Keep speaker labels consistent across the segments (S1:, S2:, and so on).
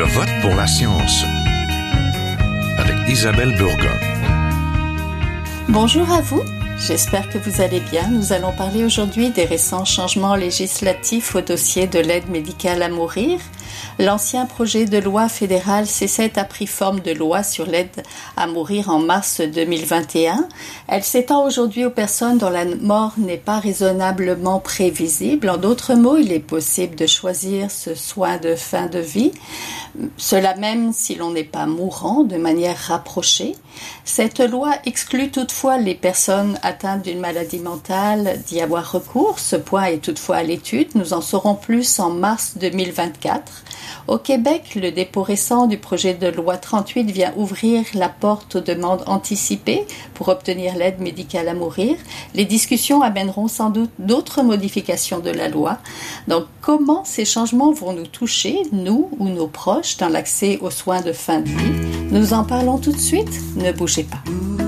S1: Je vote pour la science avec Isabelle Burgon.
S2: Bonjour à vous, j'espère que vous allez bien. Nous allons parler aujourd'hui des récents changements législatifs au dossier de l'aide médicale à mourir. L'ancien projet de loi fédéral C7 a pris forme de loi sur l'aide à mourir en mars 2021. Elle s'étend aujourd'hui aux personnes dont la mort n'est pas raisonnablement prévisible. En d'autres mots, il est possible de choisir ce soin de fin de vie, cela même si l'on n'est pas mourant de manière rapprochée. Cette loi exclut toutefois les personnes atteintes d'une maladie mentale d'y avoir recours. Ce point est toutefois à l'étude. Nous en saurons plus en mars 2024. Au Québec, le dépôt récent du projet de loi 38 vient ouvrir la porte aux demandes anticipées pour obtenir l'aide médicale à mourir. Les discussions amèneront sans doute d'autres modifications de la loi. Donc, comment ces changements vont nous toucher, nous ou nos proches, dans l'accès aux soins de fin de vie? Nous en parlons tout de suite. Ne bougez pas.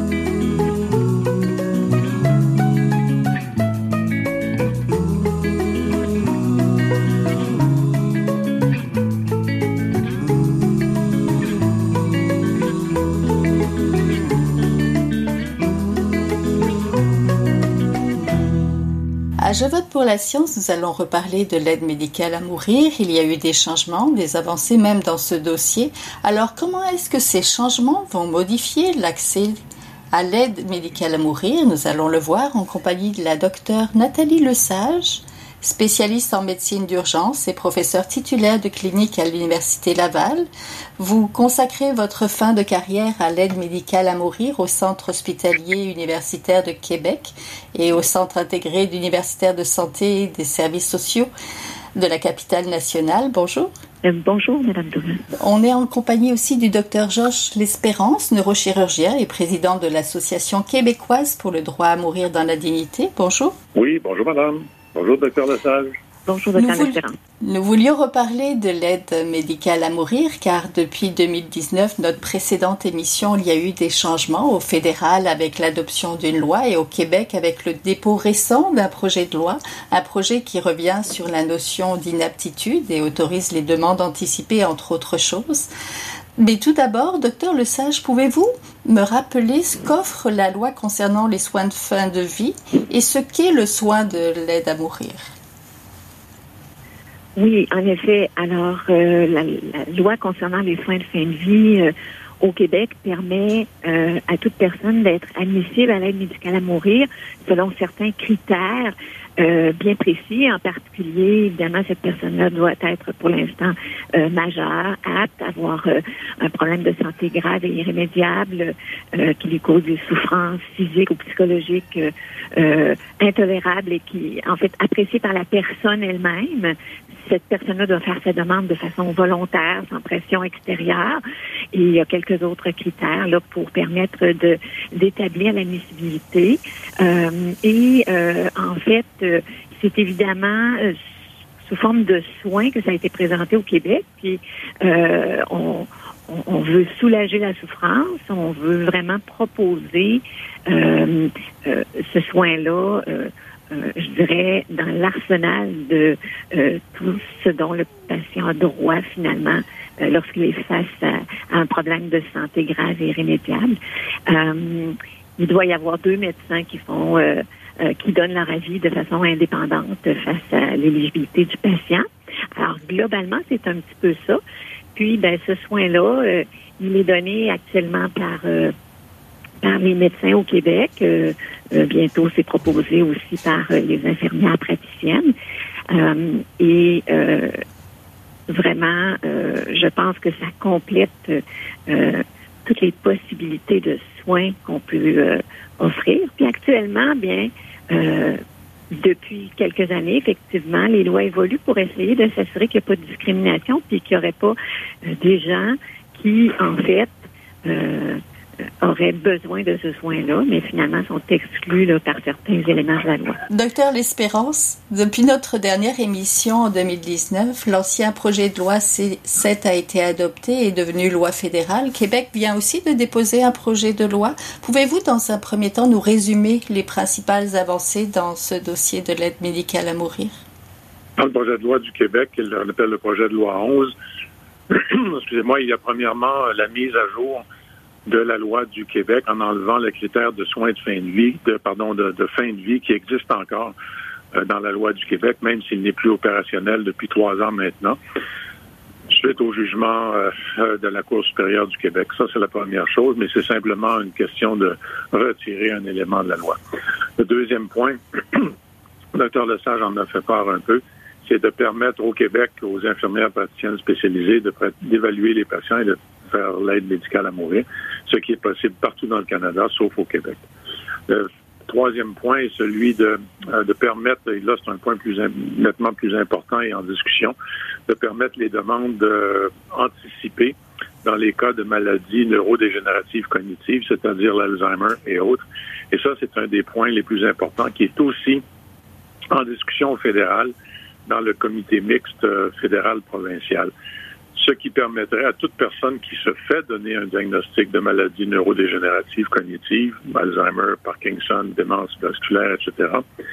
S2: Je vote pour la science, nous allons reparler de l'aide médicale à mourir. Il y a eu des changements, des avancées même dans ce dossier. Alors comment est-ce que ces changements vont modifier l'accès à l'aide médicale à mourir? Nous allons le voir en compagnie de la docteure Nathalie Lesage, spécialiste en médecine d'urgence et professeure titulaire de clinique à l'Université Laval. Vous consacrez votre fin de carrière à l'aide médicale à mourir au Centre hospitalier universitaire de Québec et au Centre intégré d'universitaire de santé et des services sociaux de la capitale nationale. Bonjour.
S3: Bonjour, Madame Dorin.
S2: On est en compagnie aussi du Dr Georges L'Espérance, neurochirurgien et président de l'Association québécoise pour le droit à mourir dans la dignité. Bonjour.
S4: Oui, bonjour Madame. Bonjour, Dr Lesage.
S3: Bonjour, Dr L'Espérance.
S2: Nous voulions reparler de l'aide médicale à mourir car depuis 2019, notre précédente émission, il y a eu des changements au fédéral avec l'adoption d'une loi et au Québec avec le dépôt récent d'un projet de loi, un projet qui revient sur la notion d'inaptitude et autorise les demandes anticipées entre autres choses. Mais tout d'abord, docteur Lesage, pouvez-vous me rappeler ce qu'offre la loi concernant les soins de fin de vie et ce qu'est le soin de l'aide à mourir?
S3: Oui, en effet. Alors, la loi concernant les soins de fin de vie au Québec permet à toute personne d'être admissible à l'aide médicale à mourir selon certains critères bien précis. En particulier, évidemment, cette personne-là doit être pour l'instant majeure, apte, avoir un problème de santé grave et irrémédiable qui lui cause des souffrances physiques ou psychologiques intolérables et qui, en fait, appréciées par la personne elle-même. Cette personne-là doit faire sa demande de façon volontaire, sans pression extérieure. Et il y a quelques autres critères là pour permettre d'établir l'admissibilité. En fait, c'est évidemment sous forme de soins que ça a été présenté au Québec. Puis on veut soulager la souffrance. On veut vraiment proposer ce soin-là. Je dirais, dans l'arsenal de tout ce dont le patient a droit, finalement, lorsqu'il est face à un problème de santé grave et irrémédiable. Il doit y avoir 2 médecins qui donnent leur avis de façon indépendante face à l'éligibilité du patient. Alors, globalement, c'est un petit peu ça. Puis, ce soin-là, il est donné actuellement par les médecins au Québec. Bientôt, c'est proposé aussi par les infirmières praticiennes. Vraiment, je pense que ça complète toutes les possibilités de soins qu'on peut offrir. Puis actuellement, depuis quelques années, effectivement, les lois évoluent pour essayer de s'assurer qu'il n'y a pas de discrimination puis qu'il n'y aurait pas des gens qui, en fait, auraient besoin de ce soin-là, mais finalement sont exclus par certains éléments de la loi.
S2: Docteur L'Espérance, depuis notre dernière émission en 2019, l'ancien projet de loi C7 a été adopté et est devenu loi fédérale. Québec vient aussi de déposer un projet de loi. Pouvez-vous, dans un premier temps, nous résumer les principales avancées dans ce dossier de l'aide médicale à mourir?
S4: Dans le projet de loi du Québec, on appelle le projet de loi 11, excusez-moi, il y a premièrement la mise à jour de la loi du Québec en enlevant le critère de soins de fin de vie, de fin de vie qui existe encore dans la loi du Québec, même s'il n'est plus opérationnel depuis 3 ans maintenant, suite au jugement de la Cour supérieure du Québec. Ça, c'est la première chose, mais c'est simplement une question de retirer un élément de la loi. Le deuxième point, le Dr Lesage en a fait part un peu, c'est de permettre au Québec, aux infirmières praticiennes spécialisées, d'évaluer les patients et de faire l'aide médicale à mourir, ce qui est possible partout dans le Canada, sauf au Québec. Le troisième point est celui de permettre, et là c'est un point nettement plus important et en discussion, de permettre les demandes anticipées dans les cas de maladies neurodégénératives cognitives, c'est-à-dire l'Alzheimer et autres. Et ça, c'est un des points les plus importants qui est aussi en discussion fédérale dans le comité mixte fédéral-provincial. Ce qui permettrait à toute personne qui se fait donner un diagnostic de maladie neurodégénérative cognitive, Alzheimer, Parkinson, démence vasculaire, etc.,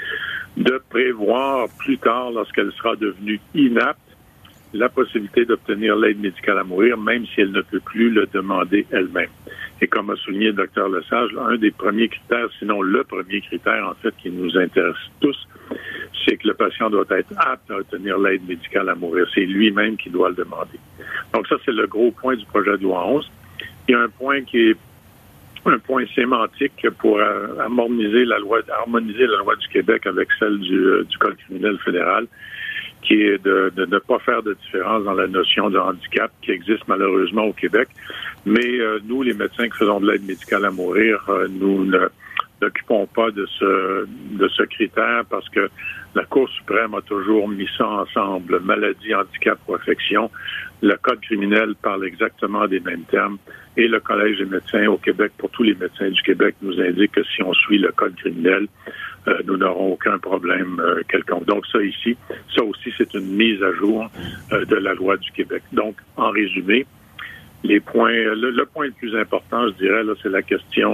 S4: de prévoir plus tard, lorsqu'elle sera devenue inapte, la possibilité d'obtenir l'aide médicale à mourir, même si elle ne peut plus le demander elle-même. Et comme a souligné le Dr Lesage, un des premiers critères, sinon le premier critère, en fait, qui nous intéresse tous, c'est que le patient doit être apte à obtenir l'aide médicale à mourir. C'est lui-même qui doit le demander. Donc ça, c'est le gros point du projet de loi 11. Il y a un point qui est un point sémantique pour harmoniser la loi du Québec avec celle du Code criminel fédéral, qui est de ne pas faire de différence dans la notion de handicap qui existe malheureusement au Québec. Mais nous, les médecins qui faisons de l'aide médicale à mourir, nous n'occupons pas de ce critère parce que la Cour suprême a toujours mis ça ensemble, maladie, handicap ou affection. Le Code criminel parle exactement des mêmes termes et le Collège des médecins au Québec, pour tous les médecins du Québec, nous indique que si on suit le Code criminel, nous n'aurons aucun problème quelconque. Donc ça aussi, c'est une mise à jour de la loi du Québec. Donc, en résumé, les points, le point le plus important, je dirais, là, c'est la question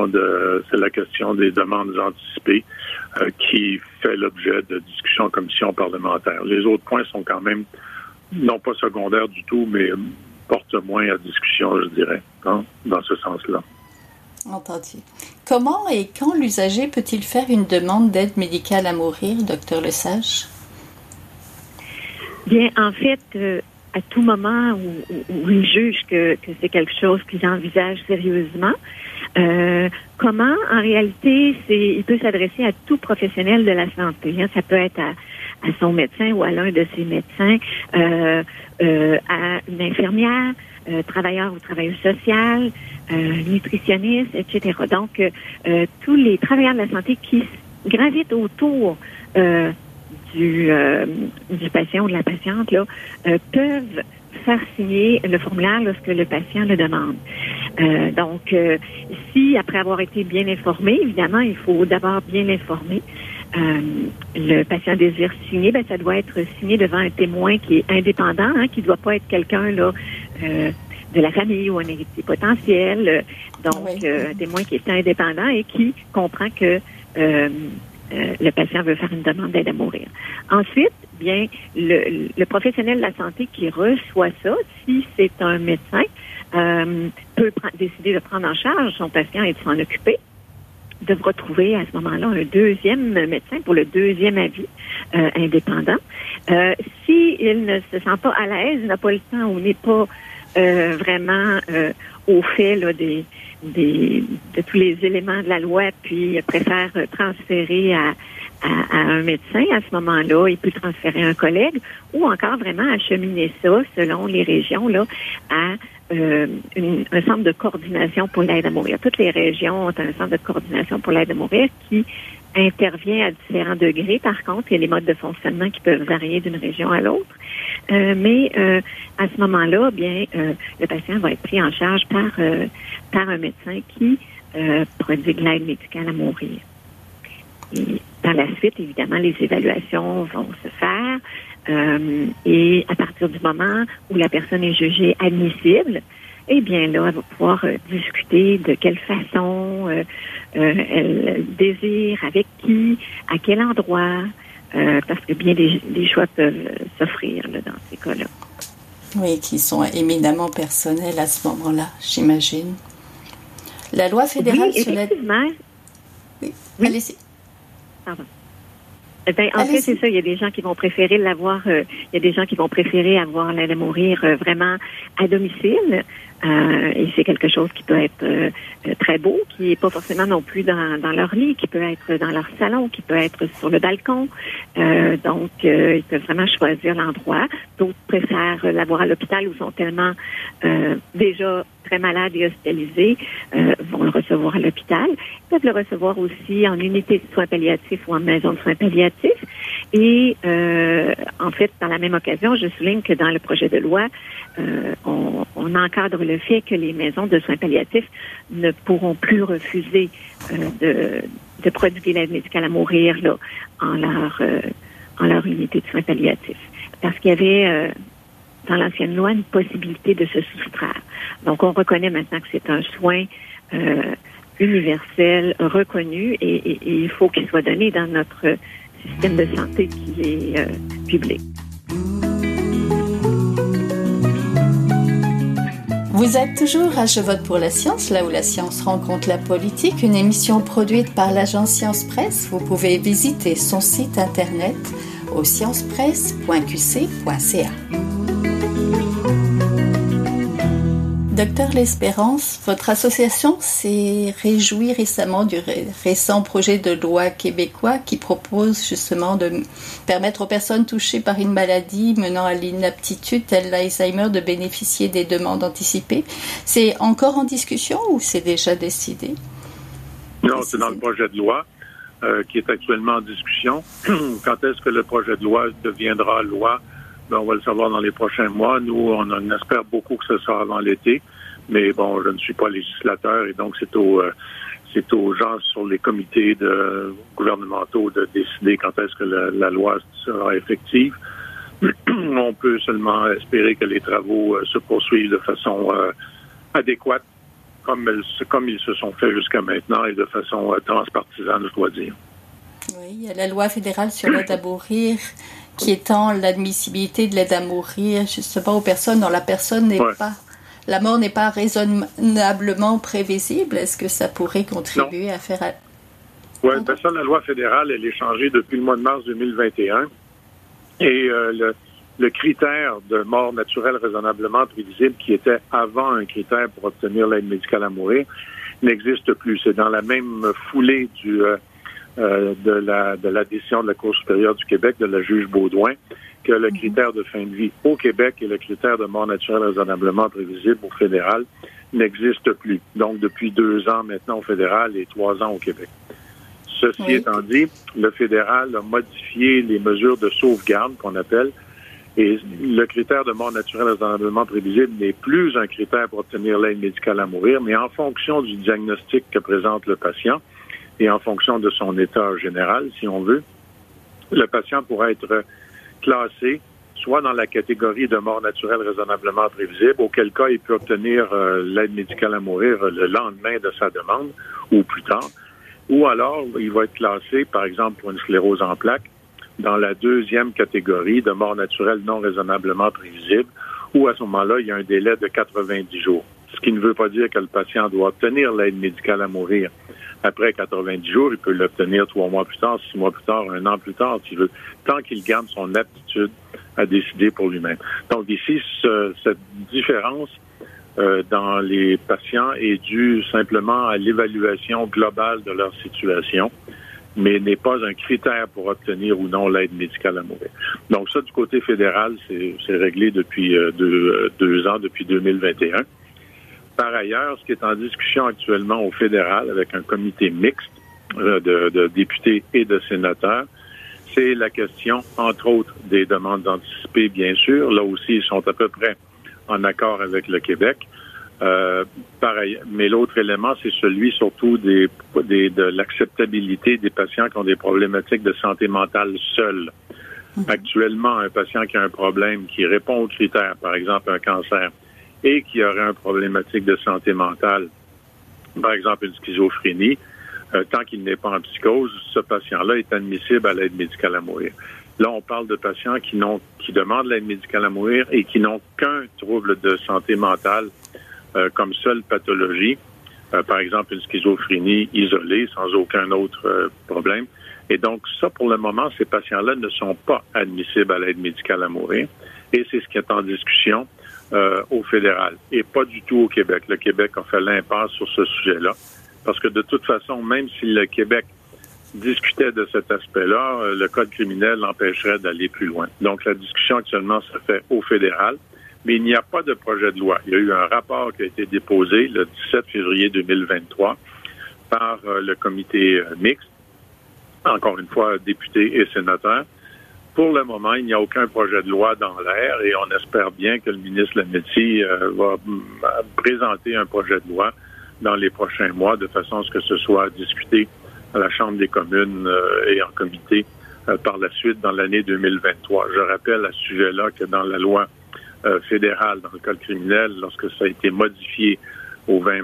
S4: des demandes anticipées qui fait l'objet de discussions en commission parlementaire. Les autres points sont quand même non pas secondaires du tout, mais portent moins à discussion, je dirais, dans ce sens-là.
S2: Entendu. Comment et quand l'usager peut-il faire une demande d'aide médicale à mourir, Dr Lesage?
S3: Bien, en fait, à tout moment où il juge que c'est quelque chose qu'il envisage sérieusement, comment, en réalité, il peut s'adresser à tout professionnel de la santé. Hein. Ça peut être à son médecin ou à l'un de ses médecins, à une infirmière, travailleur ou travailleuse sociale, nutritionniste, etc. Donc, tous les travailleurs de la santé qui gravitent autour du patient ou de la patiente là, peuvent faire signer le formulaire lorsque le patient le demande. Donc, si après avoir été bien informé, évidemment, il faut d'abord bien l'informer. Le patient désire signer, ça doit être signé devant un témoin qui est indépendant, qui ne doit pas être quelqu'un là de la famille ou un héritier potentiel. Donc, oui. Un témoin qui est indépendant et qui comprend que le patient veut faire une demande d'aide à mourir. Ensuite, bien, le professionnel de la santé qui reçoit ça, si c'est un médecin, peut décider de prendre en charge son patient et de s'en occuper, devra trouver à ce moment-là un deuxième médecin pour le deuxième avis indépendant. S'il ne se sent pas à l'aise, n'a pas le temps ou n'est pas vraiment au fait là, de tous les éléments de la loi, puis préfère transférer à un médecin, à ce moment-là, il peut transférer à un collègue ou encore vraiment acheminer ça, selon les régions, là, à un centre de coordination pour l'aide à mourir. Toutes les régions ont un centre de coordination pour l'aide à mourir qui intervient à différents degrés. Par contre, il y a des modes de fonctionnement qui peuvent varier d'une région à l'autre. Mais à ce moment-là, bien, le patient va être pris en charge par un médecin qui prodigue l'aide médicale à mourir. Et par la suite, évidemment, les évaluations vont se faire et à partir du moment où la personne est jugée admissible, eh bien là, elle va pouvoir discuter de quelle façon elle désire, avec qui, à quel endroit, parce que bien des choix peuvent s'offrir là, dans ces cas-là.
S2: Oui, qui sont éminemment personnels à ce moment-là, j'imagine. La loi fédérale sur l'aide...
S3: Oui.
S2: Allez-y.
S3: Pardon. En fait, c'est ça. Il y a des gens qui vont préférer l'avoir. Il y a des gens qui vont préférer avoir l'aide à mourir vraiment à domicile. Et c'est quelque chose qui peut être très beau, qui n'est pas forcément non plus dans leur lit, qui peut être dans leur salon, qui peut être sur le balcon. Donc, ils peuvent vraiment choisir l'endroit. D'autres préfèrent l'avoir à l'hôpital où ils sont tellement déjà très malades et hospitalisés, vont le recevoir à l'hôpital. Ils peuvent le recevoir aussi en unité de soins palliatifs ou en maison de soins palliatifs. Et en fait, dans la même occasion, je souligne que dans le projet de loi, on encadre le fait que les maisons de soins palliatifs ne pourront plus refuser de prodiguer l'aide médicale à mourir là, en leur unité de soins palliatifs. Parce qu'il y avait dans l'ancienne loi une possibilité de se soustraire. Donc, on reconnaît maintenant que c'est un soin universel, reconnu, et il faut qu'il soit donné dans notre système de santé qui est public.
S2: Vous êtes toujours à Je vote pour la science, là où la science rencontre la politique, une émission produite par l'agence Science Presse. Vous pouvez visiter son site internet au sciencepresse.qc.ca. Docteur L'Espérance, votre association s'est réjouie récemment du récent projet de loi québécois qui propose justement de permettre aux personnes touchées par une maladie menant à l'inaptitude telle l'Alzheimer de bénéficier des demandes anticipées. C'est encore en discussion ou c'est déjà décidé?
S4: Non, c'est dans le projet de loi qui est actuellement en discussion. Quand est-ce que le projet de loi deviendra loi? Ben, on va le savoir dans les prochains mois. Nous, on espère beaucoup que ce sera avant l'été. Mais bon, je ne suis pas législateur et donc c'est aux gens sur les comités gouvernementaux de décider quand est-ce que la loi sera effective. On peut seulement espérer que les travaux se poursuivent de façon adéquate, comme ils se sont faits jusqu'à maintenant et de façon transpartisane, je dois dire.
S2: Oui, il y a la loi fédérale sur l'aide à mourir qui étend l'admissibilité de l'aide à mourir justement aux personnes dont la mort n'est pas raisonnablement prévisible. Est-ce que ça pourrait contribuer à faire...
S4: Oui, ça, la loi fédérale, elle est changée depuis le mois de mars 2021. Et le critère de mort naturelle raisonnablement prévisible, qui était avant un critère pour obtenir l'aide médicale à mourir, n'existe plus. C'est dans la même foulée de la décision de la Cour supérieure du Québec, de la juge Baudouin, que le critère de fin de vie au Québec et le critère de mort naturelle raisonnablement prévisible au fédéral n'existent plus. Donc, depuis 2 ans maintenant au fédéral et 3 ans au Québec. Ceci étant dit, le fédéral a modifié les mesures de sauvegarde qu'on appelle, et le critère de mort naturelle raisonnablement prévisible n'est plus un critère pour obtenir l'aide médicale à mourir, mais en fonction du diagnostic que présente le patient, et en fonction de son état général, si on veut, le patient pourra être classé soit dans la catégorie de mort naturelle raisonnablement prévisible, auquel cas il peut obtenir l'aide médicale à mourir le lendemain de sa demande ou plus tard, ou alors il va être classé, par exemple, pour une sclérose en plaques, dans la 2e catégorie de mort naturelle non raisonnablement prévisible, où à ce moment-là, il y a un délai de 90 jours. Ce qui ne veut pas dire que le patient doit obtenir l'aide médicale à mourir après 90 jours, il peut l'obtenir 3 mois plus tard, 6 mois plus tard, 1 an plus tard, s'il veut, tant qu'il garde son aptitude à décider pour lui-même. Donc ici, cette différence dans les patients est due simplement à l'évaluation globale de leur situation, mais n'est pas un critère pour obtenir ou non l'aide médicale à mourir. Donc ça, du côté fédéral, c'est réglé depuis 2 ans, depuis 2021. Par ailleurs, ce qui est en discussion actuellement au fédéral avec un comité mixte de députés et de sénateurs, c'est la question, entre autres, des demandes anticipées, bien sûr. Là aussi, ils sont à peu près en accord avec le Québec. Mais l'autre élément, c'est celui surtout de l'acceptabilité des patients qui ont des problématiques de santé mentale seuls. Actuellement, un patient qui a un problème qui répond aux critères, par exemple un cancer, et qui aurait une problématique de santé mentale, par exemple une schizophrénie, tant qu'il n'est pas en psychose, ce patient-là est admissible à l'aide médicale à mourir. Là, on parle de patients qui demandent l'aide médicale à mourir et qui n'ont qu'un trouble de santé mentale comme seule pathologie. Par exemple, une schizophrénie isolée, sans aucun autre problème. Et donc, ça, pour le moment, ces patients-là ne sont pas admissibles à l'aide médicale à mourir. Et c'est ce qui est en discussion au fédéral. Et pas du tout au Québec. Le Québec a fait l'impasse sur ce sujet-là. Parce que de toute façon, même si le Québec discutait de cet aspect-là, le code criminel l'empêcherait d'aller plus loin. Donc, la discussion actuellement se fait au fédéral. Mais il n'y a pas de projet de loi. Il y a eu un rapport qui a été déposé le 17 février 2023 par le comité mixte, encore une fois, députés et sénateurs. Pour le moment, il n'y a aucun projet de loi dans l'air et on espère bien que le ministre Lametti va présenter un projet de loi dans les prochains mois de façon à ce que ce soit discuté à la Chambre des communes et en comité par la suite dans l'année 2023. Je rappelle à ce sujet-là que dans la loi fédérale, dans le code criminel, lorsque ça a été modifié au 17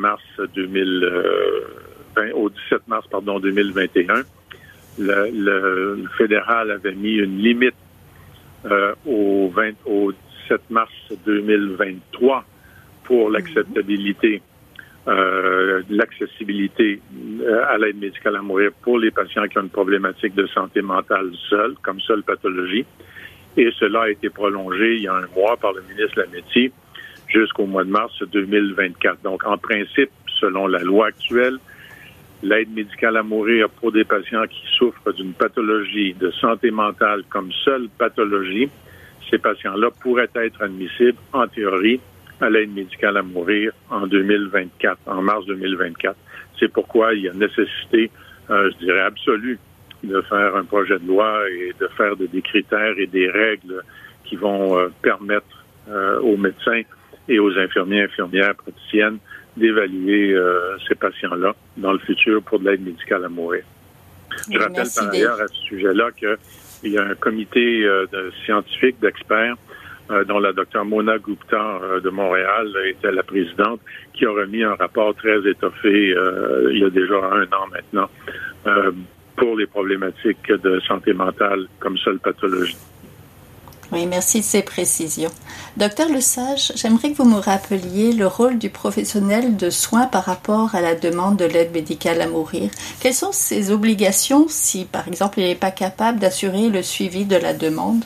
S4: mars 2021, le fédéral avait mis une limite au 17 mars 2023 pour l'acceptabilité, l'accessibilité à l'aide médicale à mourir pour les patients qui ont une problématique de santé mentale seule, comme seule pathologie. Et cela a été prolongé il y a un mois par le ministre Lametti jusqu'au mois de mars 2024. Donc, en principe, selon la loi actuelle, l'aide médicale à mourir pour des patients qui souffrent d'une pathologie de santé mentale comme seule pathologie, ces patients-là pourraient être admissibles, en théorie, à l'aide médicale à mourir en 2024, en mars 2024. C'est pourquoi il y a nécessité, je dirais, absolue de faire un projet de loi et de faire des critères et des règles qui vont permettre aux médecins et aux infirmières, praticiennes d'évaluer ces patients-là dans le futur pour de l'aide médicale à mourir. Je rappelle par ailleurs à ce sujet-là qu'il y a un comité scientifique d'experts dont la Dr Mona Gupta de Montréal était la présidente, qui a remis un rapport très étoffé il y a déjà 1 an maintenant pour les problématiques de santé mentale comme seule pathologie.
S2: Oui, merci de ces précisions. Docteur Lesage, j'aimerais que vous me rappeliez le rôle du professionnel de soins par rapport à la demande de l'aide médicale à mourir. Quelles sont ses obligations si, par exemple, il n'est pas capable d'assurer le suivi de la demande?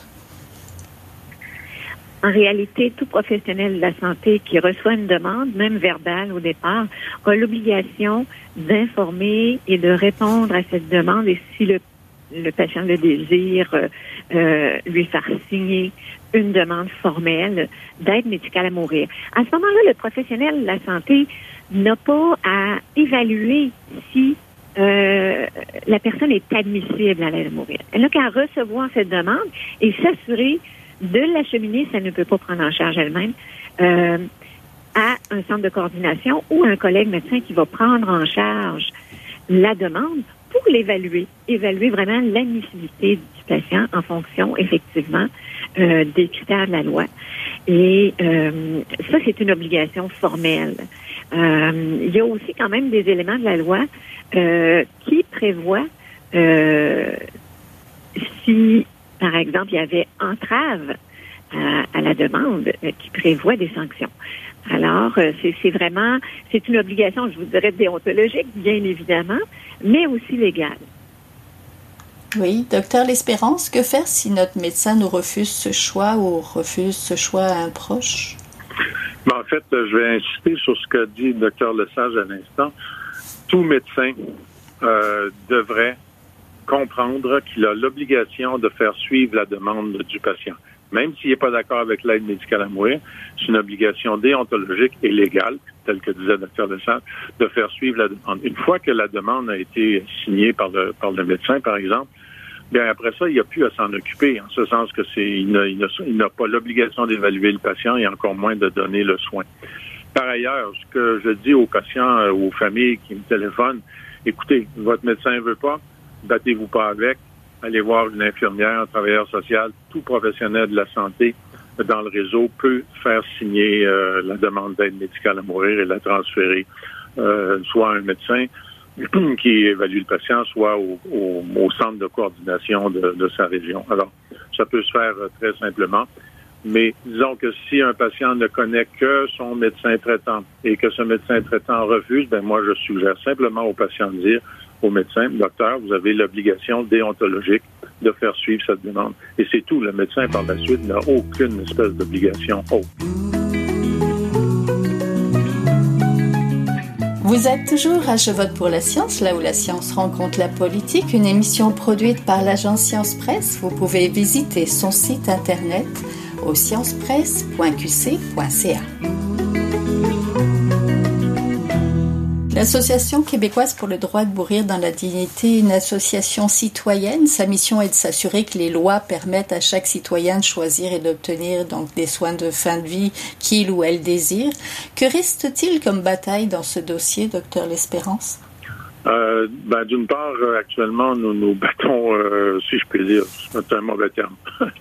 S3: En réalité, tout professionnel de la santé qui reçoit une demande, même verbale au départ, a l'obligation d'informer et de répondre à cette demande et si le patient le désire, lui faire signer une demande formelle d'aide médicale à mourir. À ce moment-là, le professionnel de la santé n'a pas à évaluer si la personne est admissible à l'aide à mourir. Elle n'a qu'à recevoir cette demande et s'assurer de l'acheminer, ça ne peut pas prendre en charge elle-même, à un centre de coordination ou un collègue médecin qui va prendre en charge la demande pour évaluer vraiment l'admissibilité du patient en fonction, effectivement, des critères de la loi. Et ça, c'est une obligation formelle. Il y a aussi quand même des éléments de la loi qui prévoient si, par exemple, il y avait entrave à la demande qui prévoit des sanctions. Alors, c'est une obligation, je vous dirais, déontologique, bien évidemment, mais aussi légale.
S2: Oui, docteur L'Espérance, que faire si notre médecin nous refuse ce choix ou refuse ce choix à un proche?
S4: En fait, je vais insister sur ce qu'a dit le docteur Lesage à l'instant. Tout médecin devrait comprendre qu'il a l'obligation de faire suivre la demande du patient. Même s'il n'est pas d'accord avec l'aide médicale à mourir, c'est une obligation déontologique et légale, telle que disait le docteur Lesage, de faire suivre la demande. Une fois que la demande a été signée par le médecin, par exemple, bien après ça, il n'y a plus à s'en occuper, en ce sens que il n'a pas l'obligation d'évaluer le patient et encore moins de donner le soin. Par ailleurs, ce que je dis aux patients, aux familles qui me téléphonent, écoutez, votre médecin ne veut pas, battez-vous pas avec, allez voir une infirmière, un travailleur social, tout professionnel de la santé dans le réseau peut faire signer la demande d'aide médicale à mourir et la transférer soit à un médecin qui évalue le patient, soit au centre de coordination de sa région. Alors, ça peut se faire très simplement. Mais disons que si un patient ne connaît que son médecin traitant et que ce médecin traitant refuse, moi, je suggère simplement au patient de dire au médecin, docteur, vous avez l'obligation déontologique de faire suivre cette demande. Et c'est tout. Le médecin, par la suite, n'a aucune espèce d'obligation autre.
S2: Vous êtes toujours à Je vote pour la science, là où la science rencontre la politique, une émission produite par l'agence Science Presse. Vous pouvez visiter son site internet au sciencepresse.qc.ca. L'Association québécoise pour le droit de mourir dans la dignité est une association citoyenne. Sa mission est de s'assurer que les lois permettent à chaque citoyen de choisir et d'obtenir donc des soins de fin de vie qu'il ou elle désire. Que reste-t-il comme bataille dans ce dossier, Dr L'Espérance?
S4: D'une part, actuellement, nous nous battons, si je peux dire, c'est un mauvais terme.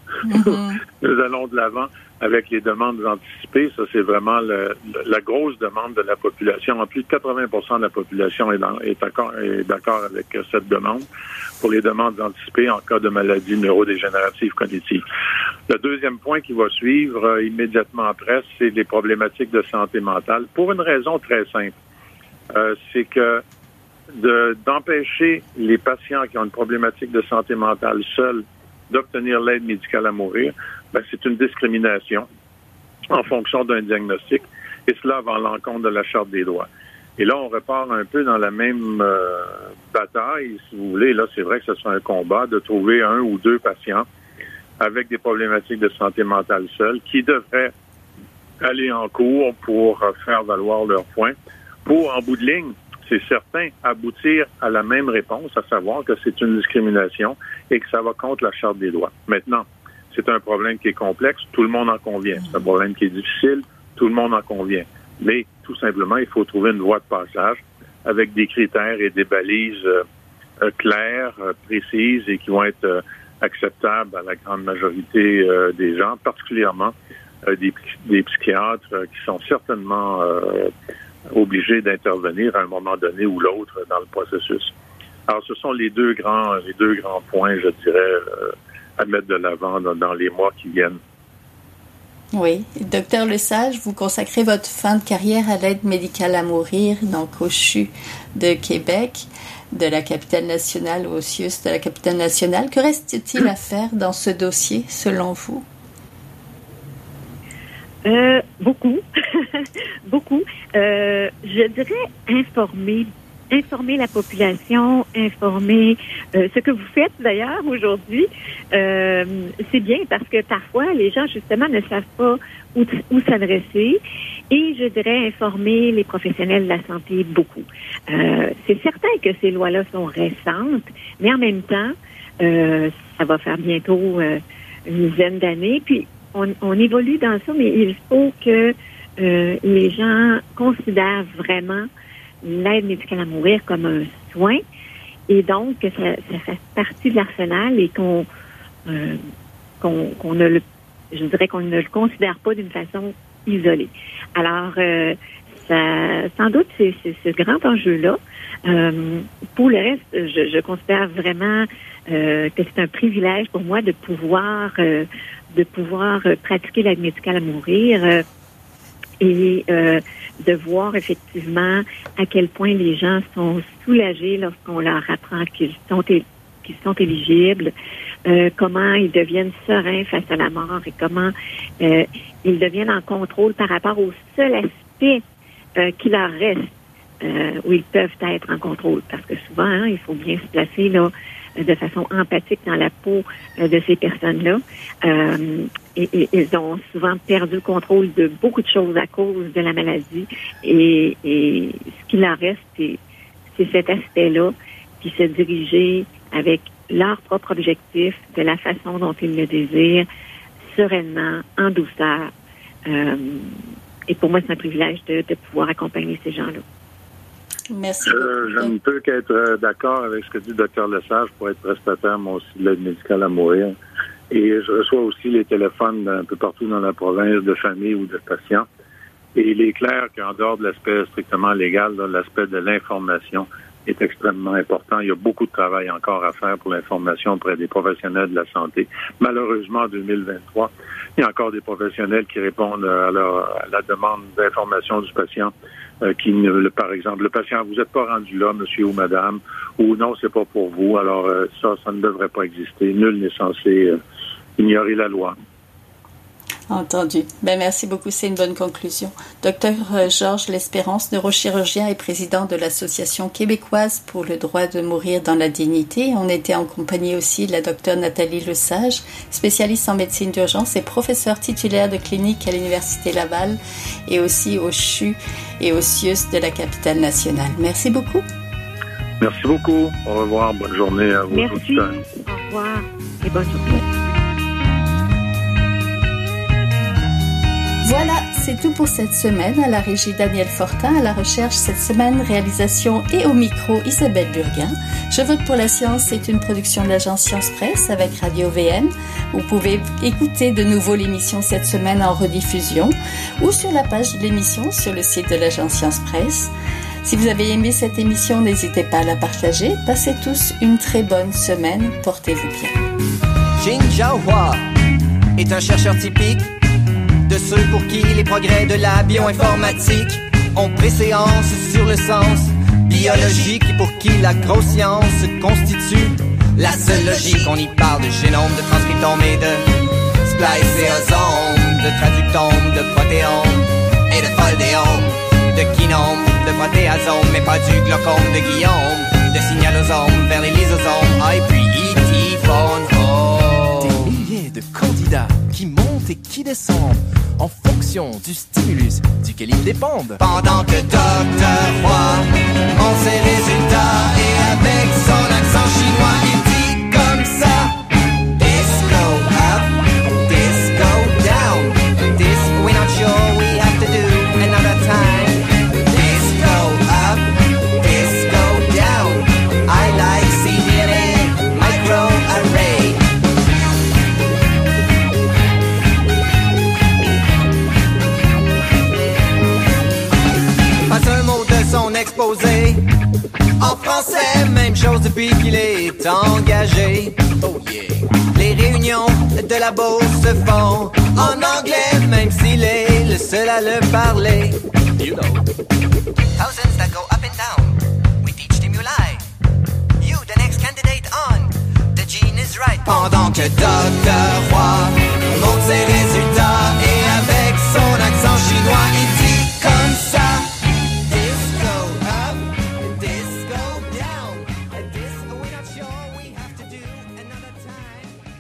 S4: Nous allons de l'avant avec les demandes anticipées. Ça, c'est vraiment la grosse demande de la population. En plus de 80% de la population est d'accord avec cette demande pour les demandes anticipées en cas de maladie neurodégénérative cognitive. Le deuxième point qui va suivre immédiatement après, c'est les problématiques de santé mentale. Pour une raison très simple, c'est que d'empêcher les patients qui ont une problématique de santé mentale seuls d'obtenir l'aide médicale à mourir, c'est une discrimination en fonction d'un diagnostic, et cela va à l'encontre de la Charte des droits. Et là, on repart un peu dans la même bataille, si vous voulez. Là, c'est vrai que ce sera un combat de trouver un ou deux patients avec des problématiques de santé mentale seuls qui devraient aller en cours pour faire valoir leurs points, pour, en bout de ligne, c'est certain, aboutir à la même réponse, à savoir que c'est une discrimination et que ça va contre la Charte des droits. Maintenant, c'est un problème qui est complexe, tout le monde en convient. C'est un problème qui est difficile, tout le monde en convient. Mais, tout simplement, il faut trouver une voie de passage avec des critères et des balises claires, précises et qui vont être acceptables à la grande majorité des gens, particulièrement des psychiatres qui sont certainement obligés d'intervenir à un moment donné ou l'autre dans le processus. Alors, ce sont les deux grands points, je dirais, à mettre de l'avant dans les mois qui viennent.
S2: Oui. Docteur Lesage, vous consacrez votre fin de carrière à l'aide médicale à mourir, donc au CHU de Québec, de la capitale nationale, au CIUS de la capitale nationale. Que reste-t-il à faire dans ce dossier, selon vous?
S3: Beaucoup. Beaucoup. Je dirais informer la population, informer ce que vous faites d'ailleurs aujourd'hui. C'est bien parce que parfois les gens justement ne savent pas où s'adresser, et je dirais informer les professionnels de la santé beaucoup. C'est certain que ces lois-là sont récentes, mais en même temps, ça va faire bientôt une dizaine d'années, puis on évolue dans ça, mais il faut que les gens considèrent vraiment l'aide médicale à mourir comme un soin, et donc que ça fasse partie de l'arsenal et qu'on ne le considère pas d'une façon isolée. Alors, sans doute, c'est ce grand enjeu-là. Pour le reste, je considère vraiment que c'est un privilège pour moi de pouvoir pratiquer l'aide médicale à mourir et de voir effectivement à quel point les gens sont soulagés lorsqu'on leur apprend qu'ils sont éligibles, comment ils deviennent sereins face à la mort et comment ils deviennent en contrôle par rapport au seul aspect qui leur reste, où ils peuvent être en contrôle. Parce que souvent, il faut bien se placer là de façon empathique dans la peau de ces personnes-là. Et ils ont souvent perdu le contrôle de beaucoup de choses à cause de la maladie. Et ce qui leur reste, c'est cet aspect-là, puis se diriger avec leur propre objectif, de la façon dont ils le désirent, sereinement, en douceur. Et pour moi, c'est un privilège de pouvoir accompagner ces gens-là.
S2: Merci.
S4: Je ne peux qu'être d'accord avec ce que dit le Dr Lesage pour être prestataire, moi aussi, de l'aide médicale à mourir. Et je reçois aussi les téléphones un peu partout dans la province de familles ou de patients. Et il est clair qu'en dehors de l'aspect strictement légal, l'aspect de l'information est extrêmement important. Il y a beaucoup de travail encore à faire pour l'information auprès des professionnels de la santé. Malheureusement, en 2023, il y a encore des professionnels qui répondent à la demande d'information du patient. Par exemple, le patient, vous n'êtes pas rendu là, monsieur ou madame, ou non, c'est pas pour vous. Alors, ça ne devrait pas exister. Nul n'est censé ignorer la loi.
S2: Entendu. Merci beaucoup, c'est une bonne conclusion. Docteur Georges L'Espérance, neurochirurgien et président de l'Association québécoise pour le droit de mourir dans la dignité. On était en compagnie aussi de la docteure Nathalie Lesage, spécialiste en médecine d'urgence et professeure titulaire de clinique à l'Université Laval et aussi au CHU et au CIUS de la capitale nationale. Merci beaucoup.
S4: Merci beaucoup. Au revoir. Bonne journée à vous.
S3: Merci. Au revoir et bonne journée.
S2: Voilà, c'est tout pour cette semaine. À la régie Daniel Fortin, à la recherche cette semaine, réalisation et au micro Isabelle Burguin. Je vote pour la science, c'est une production de l'agence Science Presse avec Radio VM. Vous pouvez écouter de nouveau l'émission cette semaine en rediffusion ou sur la page de l'émission sur le site de l'agence Science Presse. Si vous avez aimé cette émission, n'hésitez pas à la partager. Passez tous une très bonne semaine. Portez-vous bien.
S5: Jing Jiahua est un chercheur typique de ceux pour qui les progrès de la bioinformatique ont préséance sur le sens biologique et pour qui la grosse science constitue la seule logique. On y parle de génome, de transcriptome et de spliceosome, de traductome, de protéome et de foldéome, de kinome, de protéasome, mais pas du glaucome de Guillaume, de signalosome vers les lysosomes, et puis E.T. phone.
S6: Des milliers de candidats qui montent et qui descendent en fonction du stimulus duquel ils dépendent.
S5: Pendant que Dr. Roy montre ses résultats et avec son accent chinois il dit comme ça: disco up, disco down, this we're not sure we have to do another time. Disco up, disco down, I like cDNA microarray. Un mot de son exposé en français, même chose depuis qu'il est engagé. Oh yeah. Les réunions de labo se font en anglais, même s'il est le seul à le parler.
S6: You know.
S5: Thousands that go up and down with each stimuli. You, the next candidate on, the gene is right. Pendant que Dr. Roy montre ses résultats et avec son accent chinois, il